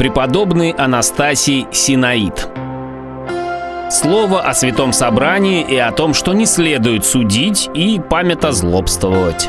преподобный Анастасий Синаид. Слово о святом собрании и о том, что не следует судить и памятозлобствовать.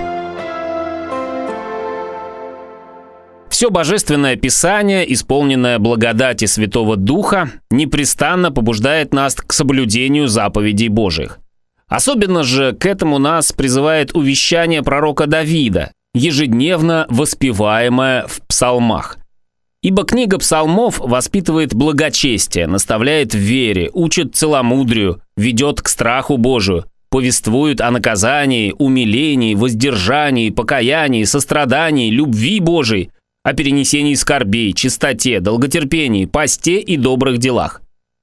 Все Божественное Писание, исполненное благодати Святого Духа, непрестанно побуждает нас к соблюдению заповедей Божьих. Особенно же к этому нас призывает увещание пророка Давида, ежедневно воспеваемое в псалмах. Ибо книга псалмов воспитывает благочестие, наставляет в вере, учит целомудрию, ведет к страху Божию, повествует о наказании, умилении, воздержании, покаянии, сострадании, любви Божией, о перенесении скорбей, чистоте, долготерпении, посте и добрых делах.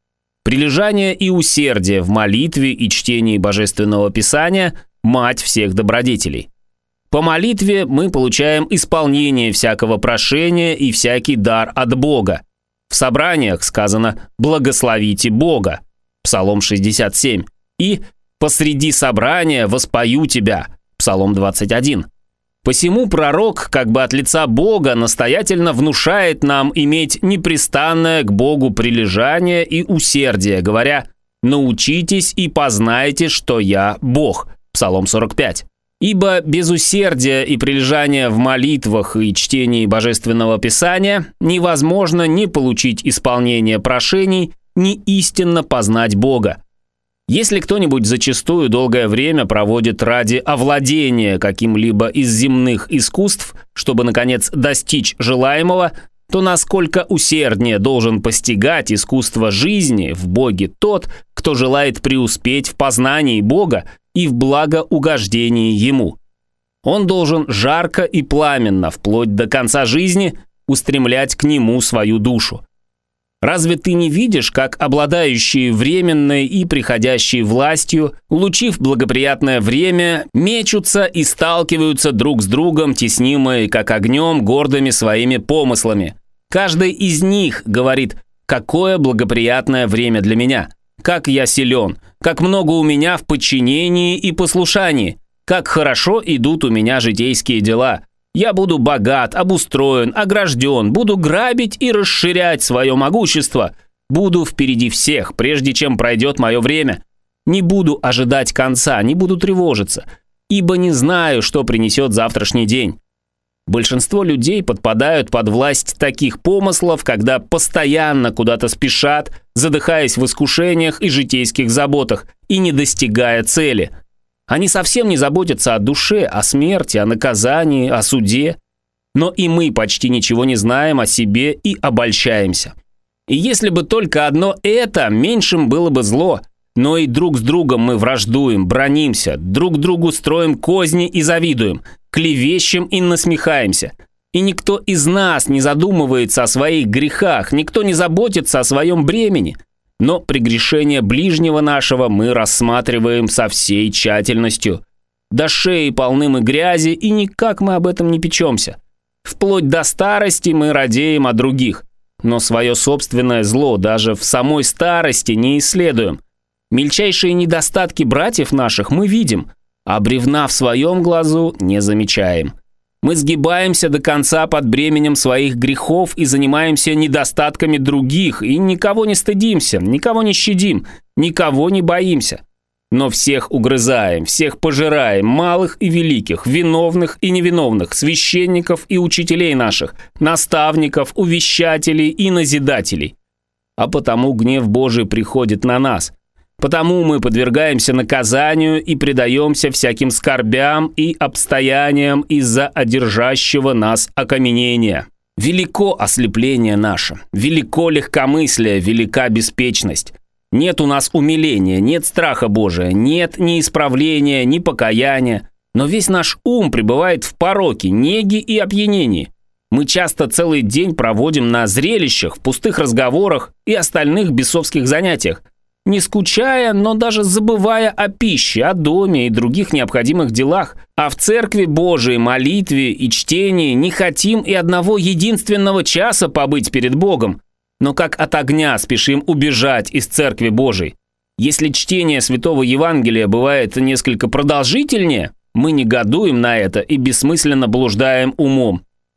Прилежание и усердие в молитве и чтении Божественного Писания – мать всех добродетелей. По молитве мы получаем исполнение всякого прошения и всякий дар от Бога. В собраниях сказано «благословите Бога» Псалом 67 и «посреди собрания воспою тебя» Псалом 21. Посему пророк, как бы от лица Бога, настоятельно внушает нам иметь непрестанное к Богу прилежание и усердие, говоря «научитесь и познайте, что я Бог» Псалом 45. Ибо без усердия и прилежания в молитвах и чтении Божественного Писания невозможно ни получить исполнение прошений, ни истинно познать Бога. Если кто-нибудь зачастую долгое время проводит ради овладения каким-либо из земных искусств, чтобы, наконец, достичь желаемого, то насколько усерднее должен постигать искусство жизни в Боге тот, кто желает преуспеть в познании Бога и в благоугождении Ему. Он должен жарко и пламенно, вплоть до конца жизни, устремлять к Нему свою душу. Разве ты не видишь, как обладающие временной и приходящей властью, улучив благоприятное время, мечутся и сталкиваются друг с другом, теснимые, как огнем, гордыми своими помыслами? Каждый из них говорит: «Какое благоприятное время для меня! Как я силен! Как много у меня в подчинении и послушании! Как хорошо идут у меня житейские дела! Я буду богат, обустроен, огражден, буду грабить и расширять свое могущество, буду впереди всех, прежде чем пройдет мое время. Не буду ожидать конца, не буду тревожиться, ибо не знаю, что принесет завтрашний день». Большинство людей подпадают под власть таких помыслов, когда постоянно куда-то спешат, задыхаясь в искушениях и житейских заботах и не достигая цели. Они совсем не заботятся о душе, о смерти, о наказании, о суде. Но и мы почти ничего не знаем о себе и обольщаемся. И если бы только одно это, меньшим было бы зло. Но и друг с другом мы враждуем, бранимся, друг другу строим козни и завидуем, клевещем и насмехаемся. И никто из нас не задумывается о своих грехах, никто не заботится о своем бремени. Но прегрешение ближнего нашего мы рассматриваем со всей тщательностью. До шеи полны мы грязи, и никак мы об этом не печемся. Вплоть до старости мы радеем о других, но свое собственное зло даже в самой старости не исследуем. Мельчайшие недостатки братьев наших мы видим, а бревна в своем глазу не замечаем. Мы сгибаемся до конца под бременем своих грехов и занимаемся недостатками других, и никого не стыдимся, никого не щадим, никого не боимся. Но всех угрызаем, всех пожираем, малых и великих, виновных и невиновных, священников и учителей наших, наставников, увещателей и назидателей. А потому гнев Божий приходит на нас. Потому мы подвергаемся наказанию и предаемся всяким скорбям и обстояниям из-за одержащего нас окаменения. Велико ослепление наше, велико легкомыслие, велика беспечность. Нет у нас умиления, нет страха Божия, нет ни исправления, ни покаяния. Но весь наш ум пребывает в пороке, неге и опьянении. Мы часто целый день проводим на зрелищах, в пустых разговорах и остальных бесовских занятиях, не скучая, но даже забывая о пище, о доме и других необходимых делах, а в церкви Божией, молитве и чтении не хотим и одного единственного часа побыть перед Богом, но как от огня спешим убежать из церкви Божией. Если чтение Святого Евангелия бывает несколько продолжительнее, мы негодуем на это и бессмысленно блуждаем умом.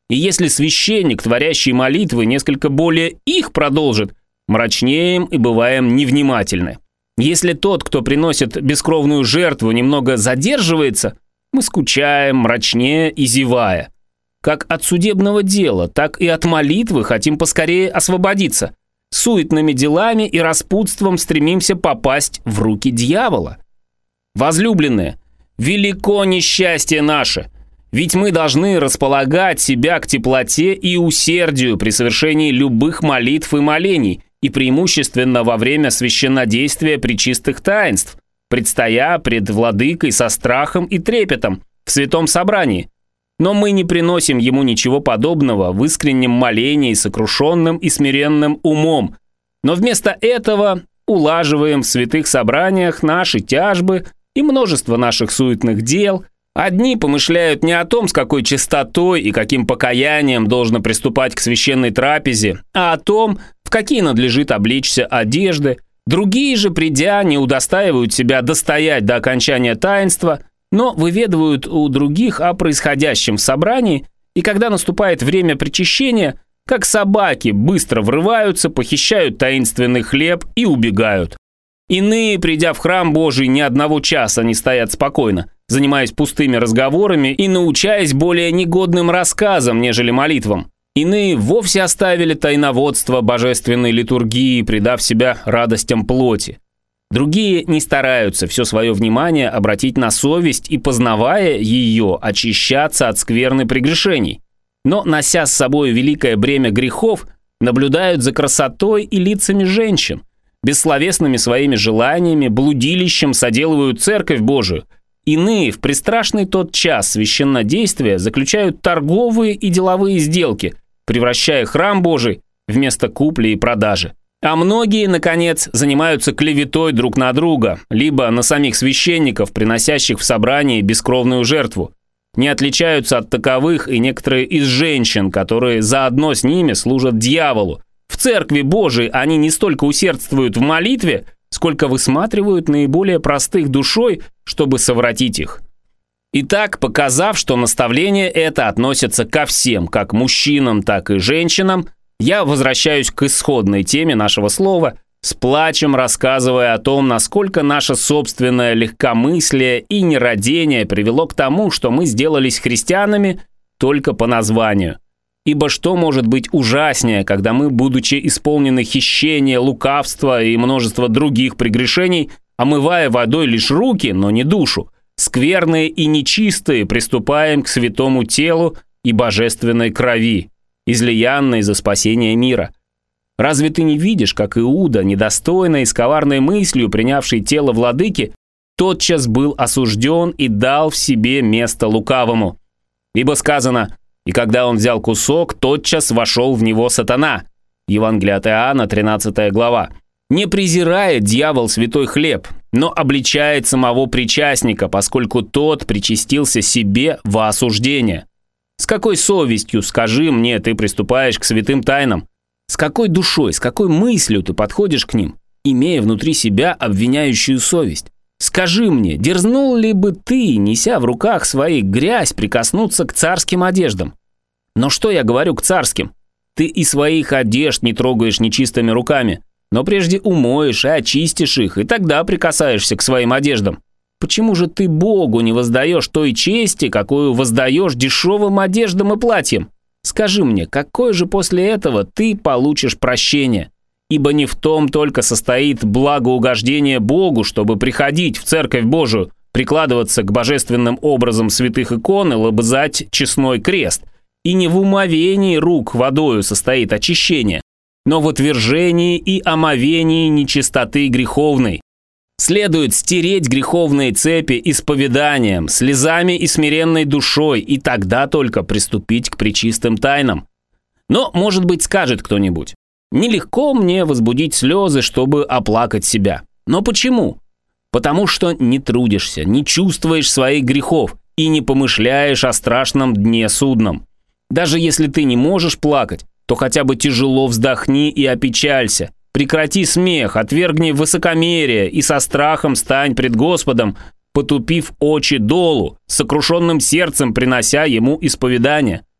И если священник, творящий молитвы, несколько более их продолжит, мрачнеем и бываем невнимательны. Если тот, кто приносит бескровную жертву, немного задерживается, мы скучаем, мрачнее и зевая. Как от судебного дела, так и от молитвы хотим поскорее освободиться. Суетными делами и распутством стремимся попасть в руки дьявола. Возлюбленные, велико несчастье наше, ведь мы должны располагать себя к теплоте и усердию при совершении любых молитв и молений, и преимущественно во время священнодействия пречистых таинств, предстоя пред владыкой со страхом и трепетом в святом собрании. Но мы не приносим ему ничего подобного в искреннем молении сокрушенным и смиренным умом, но вместо этого улаживаем в святых собраниях наши тяжбы и множество наших суетных дел. Одни помышляют не о том, с какой чистотой и каким покаянием должно приступать к священной трапезе, а о том, в какие надлежит облечься одежды. Другие же, придя, не удостаивают себя достоять до окончания таинства, но выведывают у других о происходящем в собрании, и когда наступает время причащения, как собаки быстро врываются, похищают таинственный хлеб и убегают. Иные, придя в храм Божий, ни одного часа не стоят спокойно, занимаясь пустыми разговорами и научаясь более негодным рассказам, нежели молитвам. Иные вовсе оставили тайноводство божественной литургии, предав себя радостям плоти. Другие не стараются все свое внимание обратить на совесть и, познавая ее, очищаться от скверны прегрешений. Но, нося с собой великое бремя грехов, наблюдают за красотой и лицами женщин, бессловесными своими желаниями, блудилищем соделывают церковь Божию. Иные в пристрашный тот час священнодействия заключают торговые и деловые сделки, превращая храм Божий в место купли и продажи. А многие, наконец, занимаются клеветой друг на друга, либо на самих священников, приносящих в собрание бескровную жертву. Не отличаются от таковых и некоторые из женщин, которые заодно с ними служат дьяволу. В церкви Божией они не столько усердствуют в молитве, сколько высматривают наиболее простых душой, чтобы совратить их. Итак, показав, что наставление это относится ко всем, как мужчинам, так и женщинам, я возвращаюсь к исходной теме нашего слова, с плачем рассказывая о том, насколько наше собственное легкомыслие и нерадение привело к тому, что мы сделались христианами только по названию. Ибо что может быть ужаснее, когда мы, будучи исполнены хищения, лукавства и множества других прегрешений, омывая водой лишь руки, но не душу, скверные и нечистые, приступаем к святому телу и божественной крови, излиянной за спасение мира. Разве ты не видишь, как Иуда, недостойно и с коварной мыслью принявший тело владыки, тотчас был осужден и дал в себе место лукавому? Ибо сказано: «И когда он взял кусок, тотчас вошел в него сатана». Евангелие от Иоанна, 13 глава. Не презирает дьявол святой хлеб, но обличает самого причастника, поскольку тот причастился себе во осуждение. С какой совестью, скажи мне, ты приступаешь к святым тайнам? С какой душой, с какой мыслью ты подходишь к ним, имея внутри себя обвиняющую совесть? Скажи мне, дерзнул ли бы ты, неся в руках свои грязь, прикоснуться к царским одеждам? Но что я говорю к царским? Ты и своих одежд не трогаешь нечистыми руками, но прежде умоешь и очистишь их, и тогда прикасаешься к своим одеждам. Почему же ты Богу не воздаешь той чести, какую воздаешь дешевым одеждам и платьям? Скажи мне, какое же после этого ты получишь прощение? Ибо не в том только состоит благоугождение Богу, чтобы приходить в Церковь Божию, прикладываться к божественным образам святых икон и лобызать честной крест. И не в умовении рук водою состоит очищение, но в отвержении и омовении нечистоты греховной. Следует стереть греховные цепи исповеданием, слезами и смиренной душой, и тогда только приступить к пречистым тайнам. Но, может быть, скажет кто-нибудь: нелегко мне возбудить слезы, чтобы оплакать себя. Но почему? Потому что не трудишься, не чувствуешь своих грехов и не помышляешь о страшном дне судном. Даже если ты не можешь плакать, то хотя бы тяжело вздохни и опечалься. Прекрати смех, отвергни высокомерие и со страхом стань пред Господом, потупив очи долу, с сокрушенным сердцем принося Ему исповедание.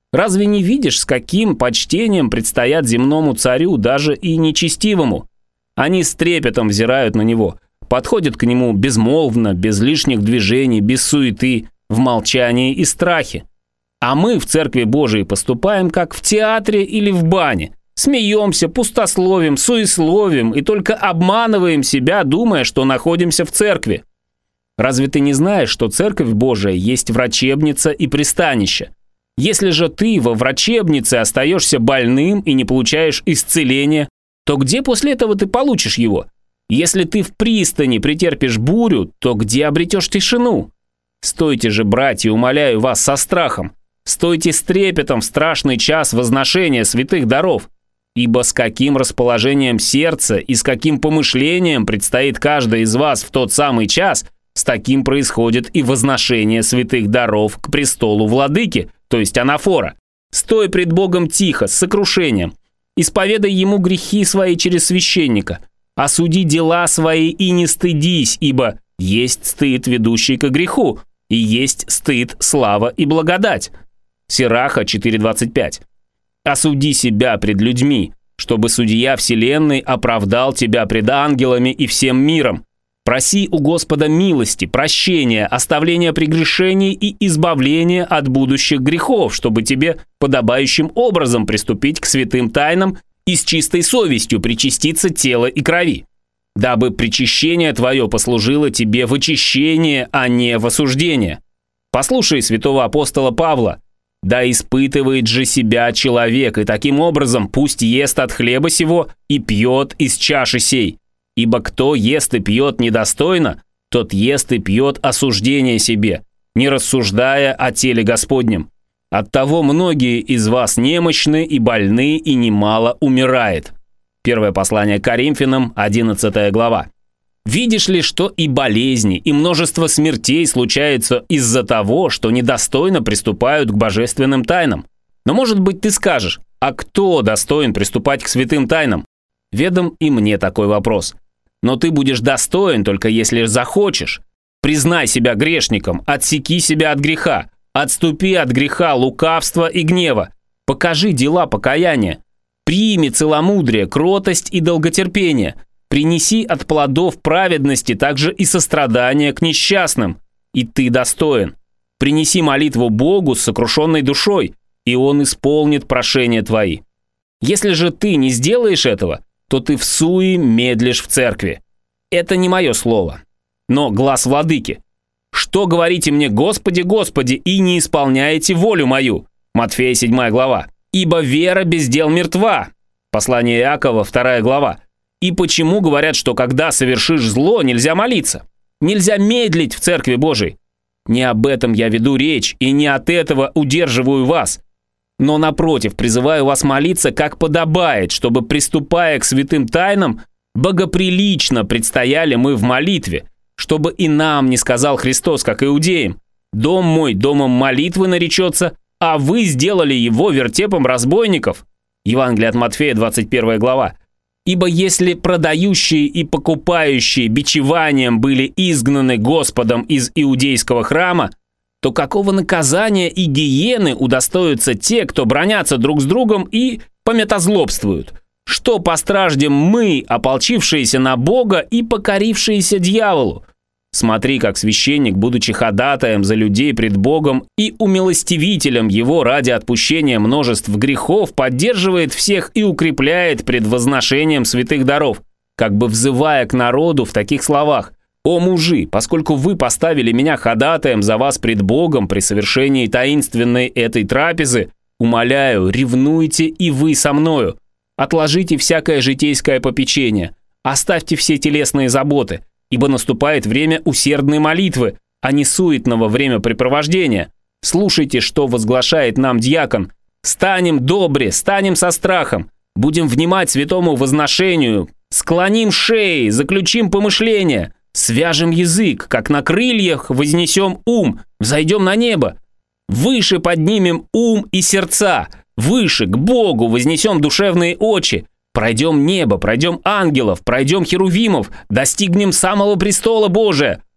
Разве не видишь, с каким почтением предстоят земному царю, даже и нечестивому? Они с трепетом взирают на него, подходят к нему безмолвно, без лишних движений, без суеты, в молчании и страхе. А мы в Церкви Божией поступаем, как в театре или в бане. Смеемся, пустословим, суесловим и только обманываем себя, думая, что находимся в церкви. Разве ты не знаешь, что Церковь Божия есть врачебница и пристанище? Если же ты во врачебнице остаешься больным и не получаешь исцеления, то где после этого ты получишь его? Если ты в пристани претерпишь бурю, то где обретешь тишину? Стойте же, братья, умоляю вас, со страхом. Стойте с трепетом в страшный час возношения святых даров. Ибо с каким расположением сердца и с каким помышлением предстоит каждый из вас в тот самый час, с таким происходит и возношение святых даров к престолу владыки, то есть анафора. Стой пред Богом тихо, с сокрушением. Исповедай ему грехи свои через священника. Осуди дела свои и не стыдись, ибо есть стыд, ведущий ко греху, и есть стыд, слава и благодать. Сираха 4:25. Осуди себя пред людьми, чтобы судья вселенной оправдал тебя пред ангелами и всем миром. Проси у Господа милости, прощения, оставления прегрешений и избавления от будущих грехов, чтобы тебе подобающим образом приступить к святым тайнам и с чистой совестью причаститься тела и крови, дабы причащение твое послужило тебе в очищение, а не в осуждение. Послушай святого апостола Павла. Да испытывает же себя человек, и таким образом пусть ест от хлеба сего и пьет из чаши сей. Ибо кто ест и пьет недостойно, тот ест и пьет осуждение себе, не рассуждая о теле Господнем. Оттого многие из вас немощны и больны, и немало умирает. Первое послание к Коринфянам, 11 глава. Видишь ли, что и болезни, и множество смертей случаются из-за того, что недостойно приступают к божественным тайнам. Но, может быть, ты скажешь, а кто достоин приступать к святым тайнам? Ведом и мне такой вопрос. Но ты будешь достоин, только если захочешь. Признай себя грешником, отсеки себя от греха, отступи от греха, лукавства и гнева, покажи дела покаяния, прими целомудрие, кротость и долготерпение, принеси от плодов праведности также и сострадание к несчастным, и ты достоин. Принеси молитву Богу с сокрушенной душой, и Он исполнит прошения твои. Если же ты не сделаешь этого, то ты всуе медлишь в церкви. Это не мое слово, но глас владыки. Что говорите мне, Господи, Господи, и не исполняете волю мою? Матфея 7 глава. Ибо вера без дел мертва. Послание Иакова 2 глава. И почему говорят, что когда совершишь зло, нельзя молиться? Нельзя медлить в Церкви Божией? Не об этом я веду речь, и не от этого удерживаю вас. Но, напротив, призываю вас молиться, как подобает, чтобы, приступая к святым тайнам, богоприлично предстояли мы в молитве, чтобы и нам не сказал Христос, как иудеям: «Дом мой домом молитвы наречется, а вы сделали его вертепом разбойников». Евангелие от Матфея, 21 глава. «Ибо если продающие и покупающие бичеванием были изгнаны Господом из иудейского храма, то какого наказания и гиены удостоятся те, кто бранятся друг с другом и пометозлобствуют? Что постраждем мы, ополчившиеся на Бога и покорившиеся дьяволу? Смотри, как священник, будучи ходатаем за людей пред Богом и умилостивителем его ради отпущения множеств грехов, поддерживает всех и укрепляет пред возношением святых даров, как бы взывая к народу в таких словах: «О мужи, поскольку вы поставили меня ходатаем за вас пред Богом при совершении таинственной этой трапезы, умоляю, ревнуйте и вы со мною. Отложите всякое житейское попечение, оставьте все телесные заботы, ибо наступает время усердной молитвы, а не суетного времяпрепровождения. Слушайте, что возглашает нам дьякон. Станем добре, станем со страхом, будем внимать святому возношению, склоним шеи, заключим помышления, свяжем язык, как на крыльях вознесем ум, взойдем на небо. Выше поднимем ум и сердца, выше, к Богу вознесем душевные очи. Пройдем небо, пройдем ангелов, пройдем херувимов, достигнем самого престола Божия.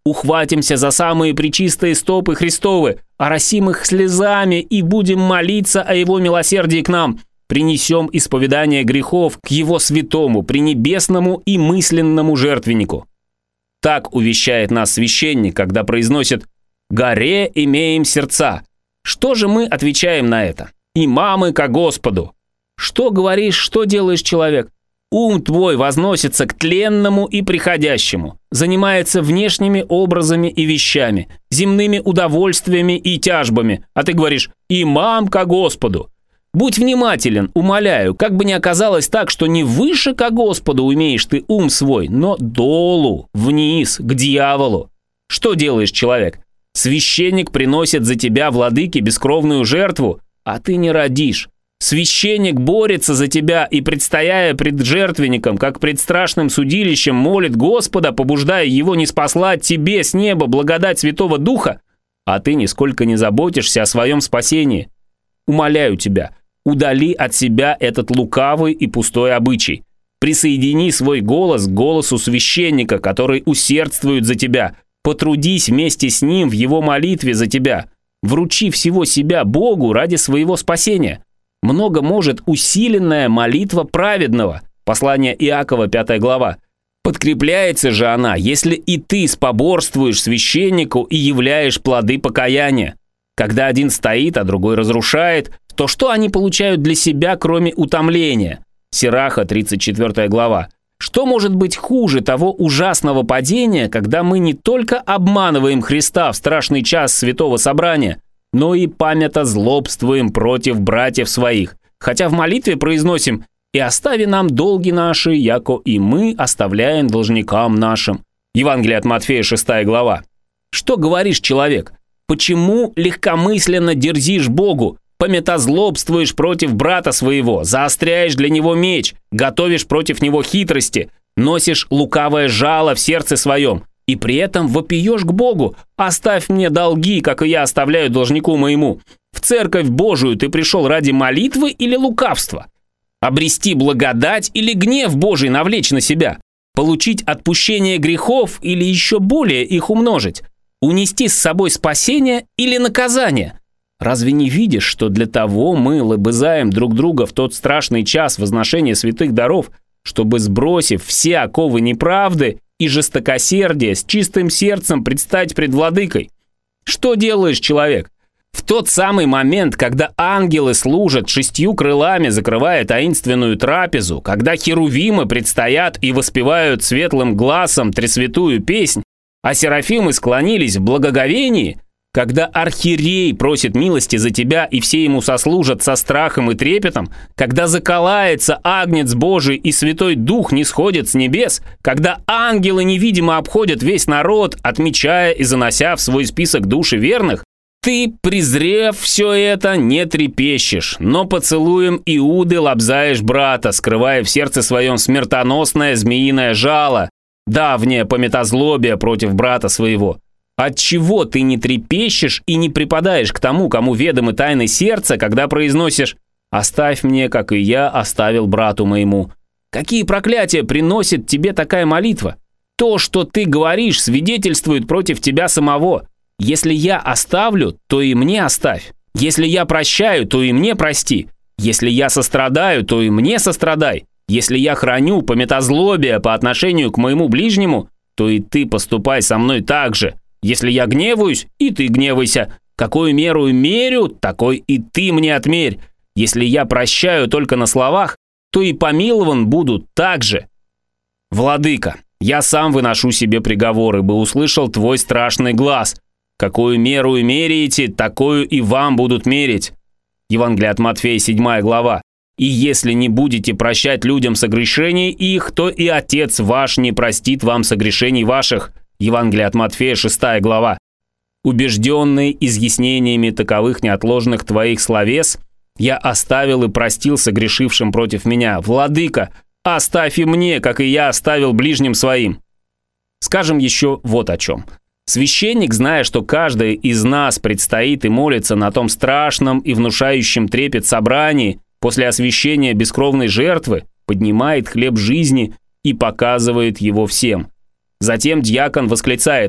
Ухватимся за самые пречистые стопы Христовы, оросим их слезами и будем молиться о Его милосердии к нам. Принесем исповедание грехов к Его святому, пренебесному и мысленному жертвеннику». Так увещает нас священник, когда произносит «Горе имеем сердца». Что же мы отвечаем на это? «Имамы ко Господу». Что говоришь, что делаешь, человек? Ум твой возносится к тленному и приходящему, занимается внешними образами и вещами, земными удовольствиями и тяжбами, а ты говоришь «имам ко Господу». Будь внимателен, умоляю, как бы ни оказалось так, что не выше ко Господу умеешь ты ум свой, но долу, вниз, к дьяволу. Что делаешь, человек? Священник приносит за тебя, владыке, бескровную жертву, а ты не родишь. Священник борется за тебя и, предстояя пред жертвенником, как пред страшным судилищем, молит Господа, побуждая его ниспослать тебе с неба благодать Святого Духа, а ты нисколько не заботишься о своем спасении. Умоляю тебя, удали от себя этот лукавый и пустой обычай. Присоедини свой голос к голосу священника, который усердствует за тебя. Потрудись вместе с ним в его молитве за тебя. Вручи всего себя Богу ради своего спасения. Много может усиленная молитва праведного. Послание Иакова, 5 глава. Подкрепляется же она, если и ты споборствуешь священнику и являешь плоды покаяния. Когда один стоит, а другой разрушает, то что они получают для себя, кроме утомления? Сираха, 34 глава. Что может быть хуже того ужасного падения, когда мы не только обманываем Христа в страшный час святого собрания, но и памято злобствуем против братьев своих, хотя в молитве произносим «И остави нам долги наши, яко и мы оставляем должникам нашим». Евангелие от Матфея, 6 глава. Что говоришь, человек? Почему легкомысленно дерзишь Богу, пометозлобствуешь против брата своего, заостряешь для него меч, готовишь против него хитрости, носишь лукавое жало в сердце своем, и при этом вопиешь к Богу: «Оставь мне долги, как и я оставляю должнику моему». В церковь Божию ты пришел ради молитвы или лукавства? Обрести благодать или гнев Божий навлечь на себя? Получить отпущение грехов или еще более их умножить? Унести с собой спасение или наказание? Разве не видишь, что для того мы лобызаем друг друга в тот страшный час возношения святых даров, чтобы, сбросив все оковы неправды и жестокосердия, с чистым сердцем предстать пред владыкой? Что делаешь, человек? В тот самый момент, когда ангелы служат 6 крылами, закрывая таинственную трапезу, когда херувимы предстоят и воспевают светлым гласом тресвятую песнь, а серафимы склонились в благоговении, когда архиерей просит милости за тебя и все ему сослужат со страхом и трепетом, когда заколается Агнец Божий и Святой Дух нисходит с небес, когда ангелы невидимо обходят весь народ, отмечая и занося в свой список души верных, ты, презрев все это, не трепещешь, но поцелуем Иуды лобзаешь брата, скрывая в сердце своем смертоносное змеиное жало, давнее пометозлобие против брата своего. Отчего ты не трепещешь и не припадаешь к тому, кому ведомы тайны сердца, когда произносишь «Оставь мне, как и я оставил брату моему»? Какие проклятия приносит тебе такая молитва? То, что ты говоришь, свидетельствует против тебя самого. Если я оставлю, то и мне оставь. Если я прощаю, то и мне прости. Если я сострадаю, то и мне сострадай. Если я храню пометозлобие по отношению к моему ближнему, то и ты поступай со мной так же. Если я гневаюсь, и ты гневайся. Какую меру мерю, такой и ты мне отмерь. Если я прощаю только на словах, то и помилован буду так же. Владыка, я сам выношу себе приговор, ибо услышал твой страшный глас. Какую меру меряете, такую и вам будут мерить. Евангелие от Матфея, 7 глава. И если не будете прощать людям согрешений их, то и Отец ваш не простит вам согрешений ваших. Евангелие от Матфея, 6 глава. Убежденный изъяснениями таковых неотложных твоих словес, я оставил и простил согрешившим против меня. Владыка, оставь и мне, как и я оставил ближним своим. Скажем еще вот о чем. Священник, зная, что каждый из нас предстоит и молится на том страшном и внушающем трепет собрании после освящения бескровной жертвы, поднимает хлеб жизни и показывает его всем. Затем дьякон восклицает: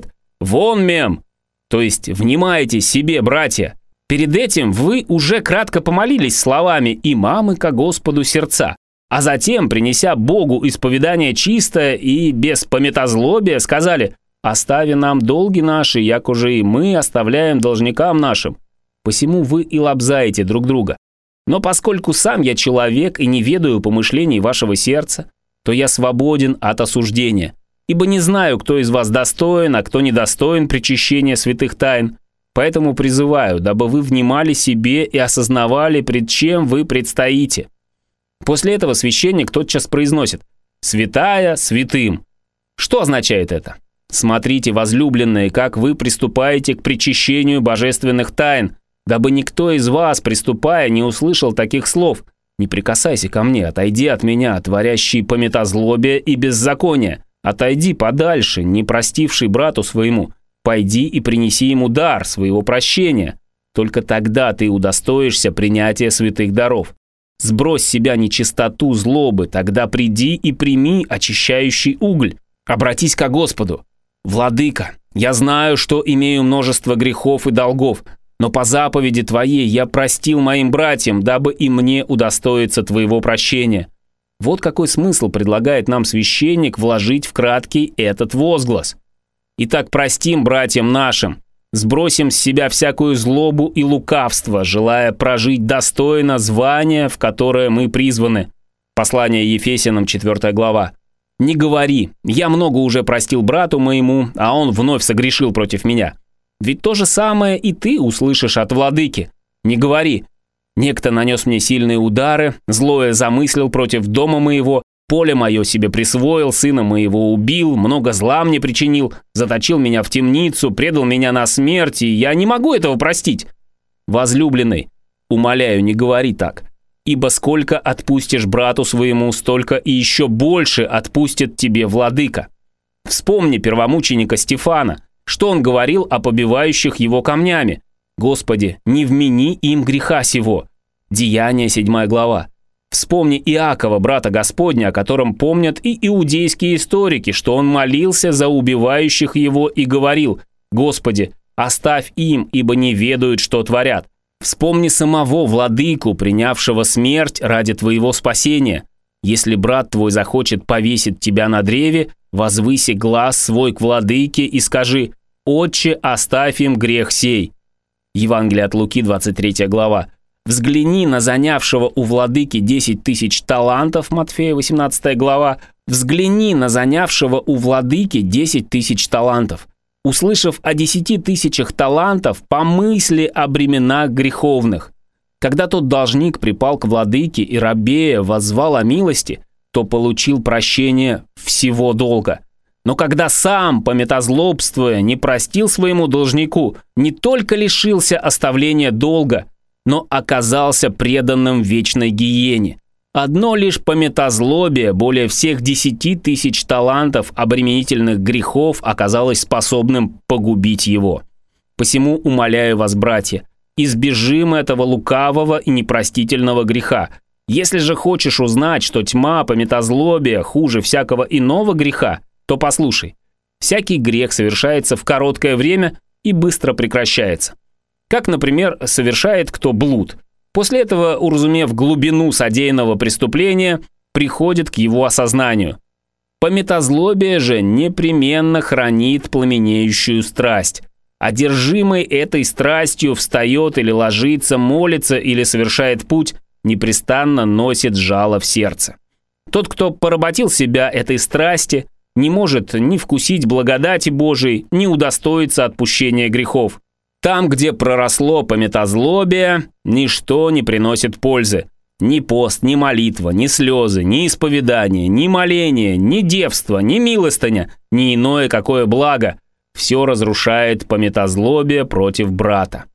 «Вон мем!» То есть «внимайте себе, братья!» Перед этим вы уже кратко помолились словами «и мамы ко Господу сердца», а затем, принеся Богу исповедание чистое и без пометозлобия, сказали «остави нам долги наши, як уже и мы оставляем должникам нашим». Посему вы и лобзаете друг друга. Но поскольку сам я человек и не ведаю помышлений вашего сердца, то я свободен от осуждения, ибо не знаю, кто из вас достоин, а кто недостоин причащения святых тайн. Поэтому призываю, дабы вы внимали себе и осознавали, пред чем вы предстоите». После этого священник тотчас произносит «святая святым». Что означает это? Смотрите, возлюбленные, как вы приступаете к причащению божественных тайн, дабы никто из вас, приступая, не услышал таких слов: «Не прикасайся ко мне, отойди от меня, творящий пометозлобие и беззаконие. Отойди подальше, не простивший брату своему. Пойди и принеси ему дар своего прощения. Только тогда ты удостоишься принятия святых даров. Сбрось с себя нечистоту злобы, тогда приди и прими очищающий уголь. Обратись ко Господу. Владыка, я знаю, что имею множество грехов и долгов, но по заповеди Твоей я простил моим братьям, дабы и мне удостоиться Твоего прощения». Вот какой смысл предлагает нам священник вложить в краткий этот возглас. Итак, простим братьям нашим, сбросим с себя всякую злобу и лукавство, желая прожить достойно звания, в которое мы призваны. Послание Ефесянам, 4 глава. «Не говори, я много уже простил брату моему, а он вновь согрешил против меня. Ведь то же самое и ты услышишь от владыки. Не говори, некто нанес мне сильные удары, злое замыслил против дома моего, поле мое себе присвоил, сына моего убил, много зла мне причинил, заточил меня в темницу, предал меня на смерть, и я не могу этого простить. Возлюбленный, умоляю, не говори так, ибо сколько отпустишь брату своему, столько и еще больше отпустит тебе владыка». Вспомни первомученика Стефана, что он говорил о побивающих его камнями. «Господи, не вмени им греха сего». Деяния, 7 глава. Вспомни Иакова, брата Господня, о котором помнят и иудейские историки, что он молился за убивающих его и говорил: «Господи, оставь им, ибо не ведают, что творят». Вспомни самого владыку, принявшего смерть ради твоего спасения. Если брат твой захочет повесить тебя на древе, возвыси глаз свой к владыке и скажи: «Отче, оставь им грех сей». Евангелие от Луки, 23 глава. Взгляни на занявшего у владыки 10 тысяч талантов, Матфея, 18 глава. Взгляни на занявшего у владыки 10 тысяч талантов. Услышав о 10 тысячах талантов, помысли о бременах греховных. Когда тот должник припал к владыке и рабея воззвал о милости, то получил прощение всего долга. Но когда сам, пометозлобствуя, не простил своему должнику, не только лишился оставления долга, но оказался преданным вечной гиене. Одно лишь пометозлобие более всех 10 тысяч талантов обременительных грехов оказалось способным погубить его. Посему умоляю вас, братья, избежим этого лукавого и непростительного греха. Если же хочешь узнать, что тьма пометозлобия хуже всякого иного греха, то послушай. Всякий грех совершается в короткое время и быстро прекращается. Как, например, совершает кто блуд. После этого, уразумев глубину содеянного преступления, приходит к его осознанию. Пометозлобие же непременно хранит пламенеющую страсть. Одержимый этой страстью встает или ложится, молится или совершает путь, непрестанно носит жало в сердце. Тот, кто поработил себя этой страсти, не может ни вкусить благодати Божией, ни удостоиться отпущения грехов. Там, где проросло пометозлобие, ничто не приносит пользы. Ни пост, ни молитва, ни слезы, ни исповедание, ни моление, ни девство, ни милостыня, ни иное какое благо. Все разрушает пометозлобие против брата.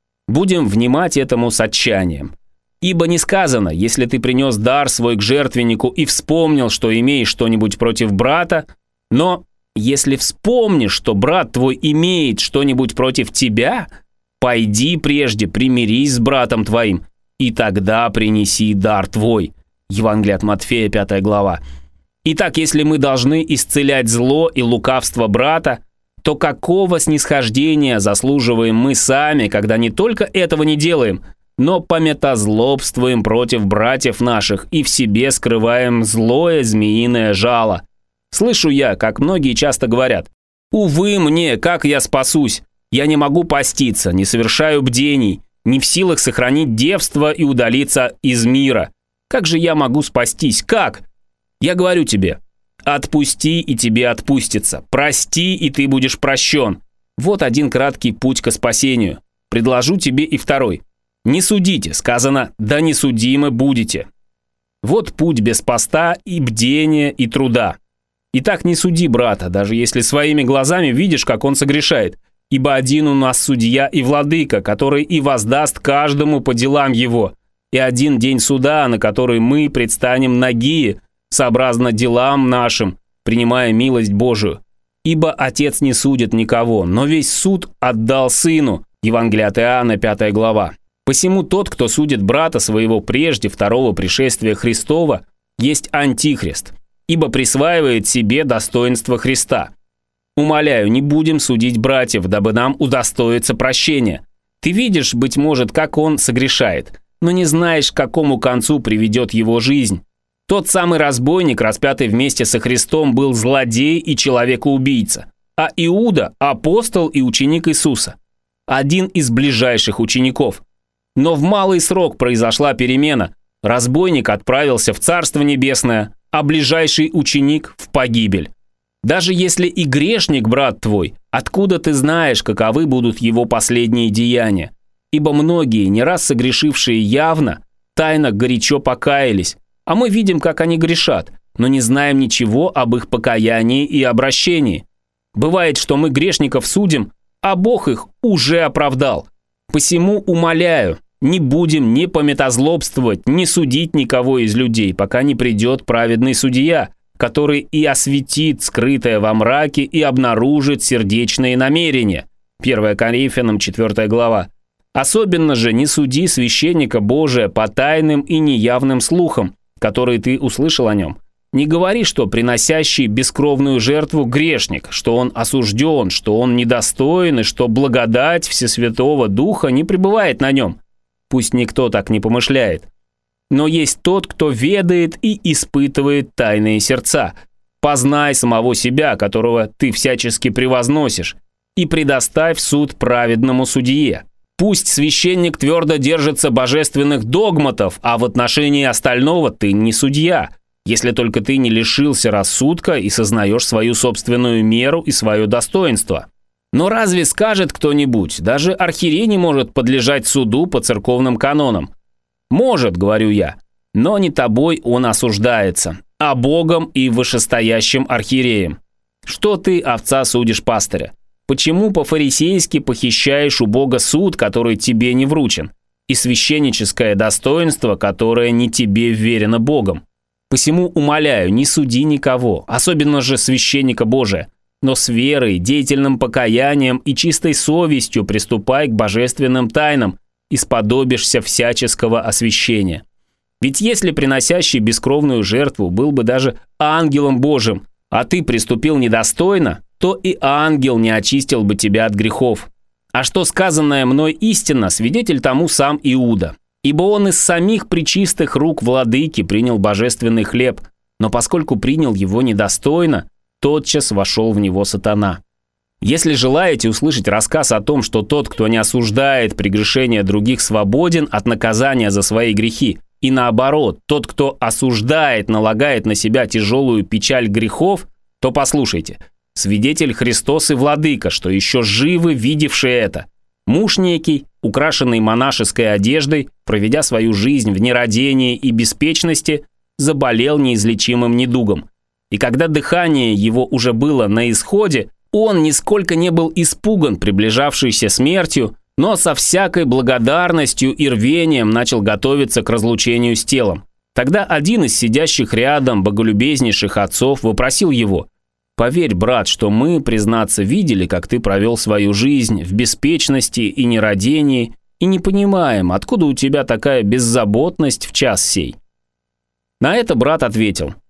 Будем внимать этому с отчаянием. Ибо не сказано, если ты принес дар свой к жертвеннику и вспомнил, что имеешь что-нибудь против брата, но если вспомнишь, что брат твой имеет что-нибудь против тебя, пойди прежде примирись с братом твоим, и тогда принеси дар твой. Евангелие от Матфея, 5 глава. Итак, если мы должны исцелять зло и лукавство брата, то какого снисхождения заслуживаем мы сами, когда не только этого не делаем, но пометозлобствуем против братьев наших и в себе скрываем злое змеиное жало. Слышу я, как многие часто говорят: «Увы мне, как я спасусь? Я не могу поститься, не совершаю бдений, не в силах сохранить девство и удалиться из мира. Как же я могу спастись? Как?» Я говорю тебе: отпусти, и тебе отпустится. Прости, и ты будешь прощен. Вот один краткий путь ко спасению. Предложу тебе и второй. Не судите, сказано, да не судимы будете. Вот путь без поста и бдения и труда. Итак, не суди брата, даже если своими глазами видишь, как он согрешает. Ибо один у нас судья и владыка, который и воздаст каждому по делам его. И один день суда, на который мы предстанем нагие, сообразно делам нашим, принимая милость Божию. Ибо Отец не судит никого, но весь суд отдал Сыну. Евангелие от Иоанна, 5 глава. Посему тот, кто судит брата своего прежде второго пришествия Христова, есть антихрист, ибо присваивает себе достоинство Христа. Умоляю, не будем судить братьев, дабы нам удостоиться прощения. Ты видишь, быть может, как он согрешает, но не знаешь, к какому концу приведет его жизнь. Тот самый разбойник, распятый вместе со Христом, был злодей и человекоубийца, а Иуда – апостол и ученик Иисуса, один из ближайших учеников. Но в малый срок произошла перемена. Разбойник отправился в Царство Небесное, а ближайший ученик – в погибель. Даже если и грешник, брат твой, откуда ты знаешь, каковы будут его последние деяния? Ибо многие, не раз согрешившие явно, тайно горячо покаялись, а мы видим, как они грешат, но не знаем ничего об их покаянии и обращении. Бывает, что мы грешников судим, а Бог их уже оправдал. Посему умоляю, не будем ни пометозлобствовать, ни судить никого из людей, пока не придет праведный судья, который и осветит скрытое во мраке и обнаружит сердечные намерения. 1 Коринфянам, 4 глава. Особенно же не суди священника Божия по тайным и неявным слухам, которые ты услышал о нем. Не говори, что приносящий бескровную жертву грешник, что он осужден, что он недостоин и что благодать Всесвятого Духа не пребывает на нем. Пусть никто так не помышляет. Но есть тот, кто ведает и испытывает тайные сердца. Познай самого себя, которого ты всячески превозносишь, и предоставь суд праведному судье. Пусть священник твердо держится божественных догматов, а в отношении остального ты не судья, если только ты не лишился рассудка и сознаешь свою собственную меру и свое достоинство. Но разве скажет кто-нибудь, даже архиерей не может подлежать суду по церковным канонам? Может, говорю я, но не тобой он осуждается, а Богом и вышестоящим архиереем. Что ты, овца, судишь пастыря? Почему по-фарисейски похищаешь у Бога суд, который тебе не вручен, и священническое достоинство, которое не тебе вверено Богом? Посему умоляю, не суди никого, особенно же священника Божия, но с верой, деятельным покаянием и чистой совестью приступай к божественным тайнам и сподобишься всяческого освящения. Ведь если приносящий бескровную жертву был бы даже ангелом Божьим, а ты приступил недостойно, то и ангел не очистил бы тебя от грехов. А что сказанное мной истинно, свидетель тому сам Иуда. Ибо он из самих пречистых рук владыки принял божественный хлеб, но поскольку принял его недостойно, тотчас вошел в него сатана. Если желаете услышать рассказ о том, что тот, кто не осуждает прегрешения других, свободен от наказания за свои грехи, и наоборот, тот, кто осуждает, налагает на себя тяжелую печаль грехов, то послушайте. Свидетель Христос и Владыка, что еще живы, видевшие это. Муж некий, украшенный монашеской одеждой, проведя свою жизнь в нерадении и беспечности, заболел неизлечимым недугом. И когда дыхание его уже было на исходе, он нисколько не был испуган приближавшейся смертью, но со всякой благодарностью и рвением начал готовиться к разлучению с телом. Тогда один из сидящих рядом боголюбезнейших отцов вопросил его: «Поверь, брат, что мы, признаться, видели, как ты провел свою жизнь в беспечности и нерадении, и не понимаем, откуда у тебя такая беззаботность в час сей». На это брат ответил: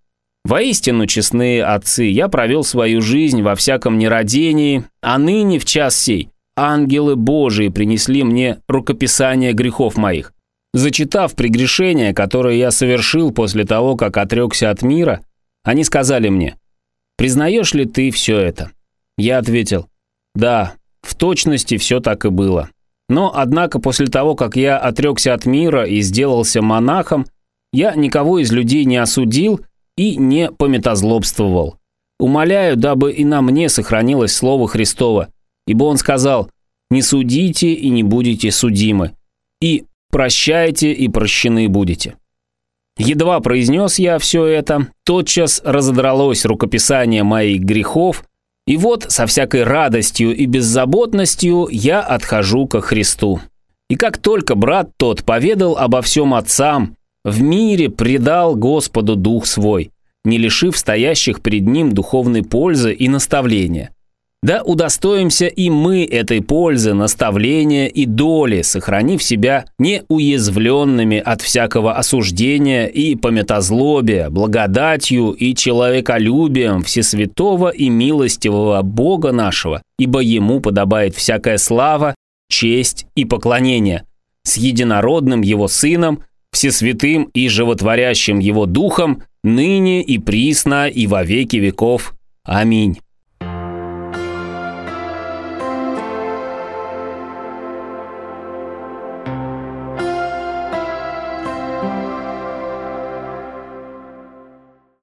Воистину, честные отцы, я провел свою жизнь во всяком нерадении, а ныне в час сей ангелы Божии принесли мне рукописание грехов моих. Зачитав прегрешения, которые я совершил после того, как отрекся от мира, они сказали мне: «Признаешь ли ты все это?» Я ответил: «Да, в точности все так и было. Но, однако, после того, как я отрекся от мира и сделался монахом, я никого из людей не осудил и не пометозлобствовал. Умоляю, дабы и на мне сохранилось слово Христово, ибо Он сказал: «Не судите и не будете судимы, и прощайте и прощены будете». Едва произнес я все это, тотчас разодралось рукописание моих грехов, и вот со всякой радостью и беззаботностью я отхожу ко Христу. И как только брат тот поведал обо всем отцам, в мире предал Господу дух свой, не лишив стоящих пред ним духовной пользы и наставления. Да удостоимся и мы этой пользы, наставления и доли, сохранив себя неуязвленными от всякого осуждения и пометозлобия, благодатью и человеколюбием всесвятого и милостивого Бога нашего, ибо Ему подобает всякая слава, честь и поклонение, с единородным Его Сыном, всесвятым и животворящим Его Духом, ныне и присно и во веки веков. Аминь.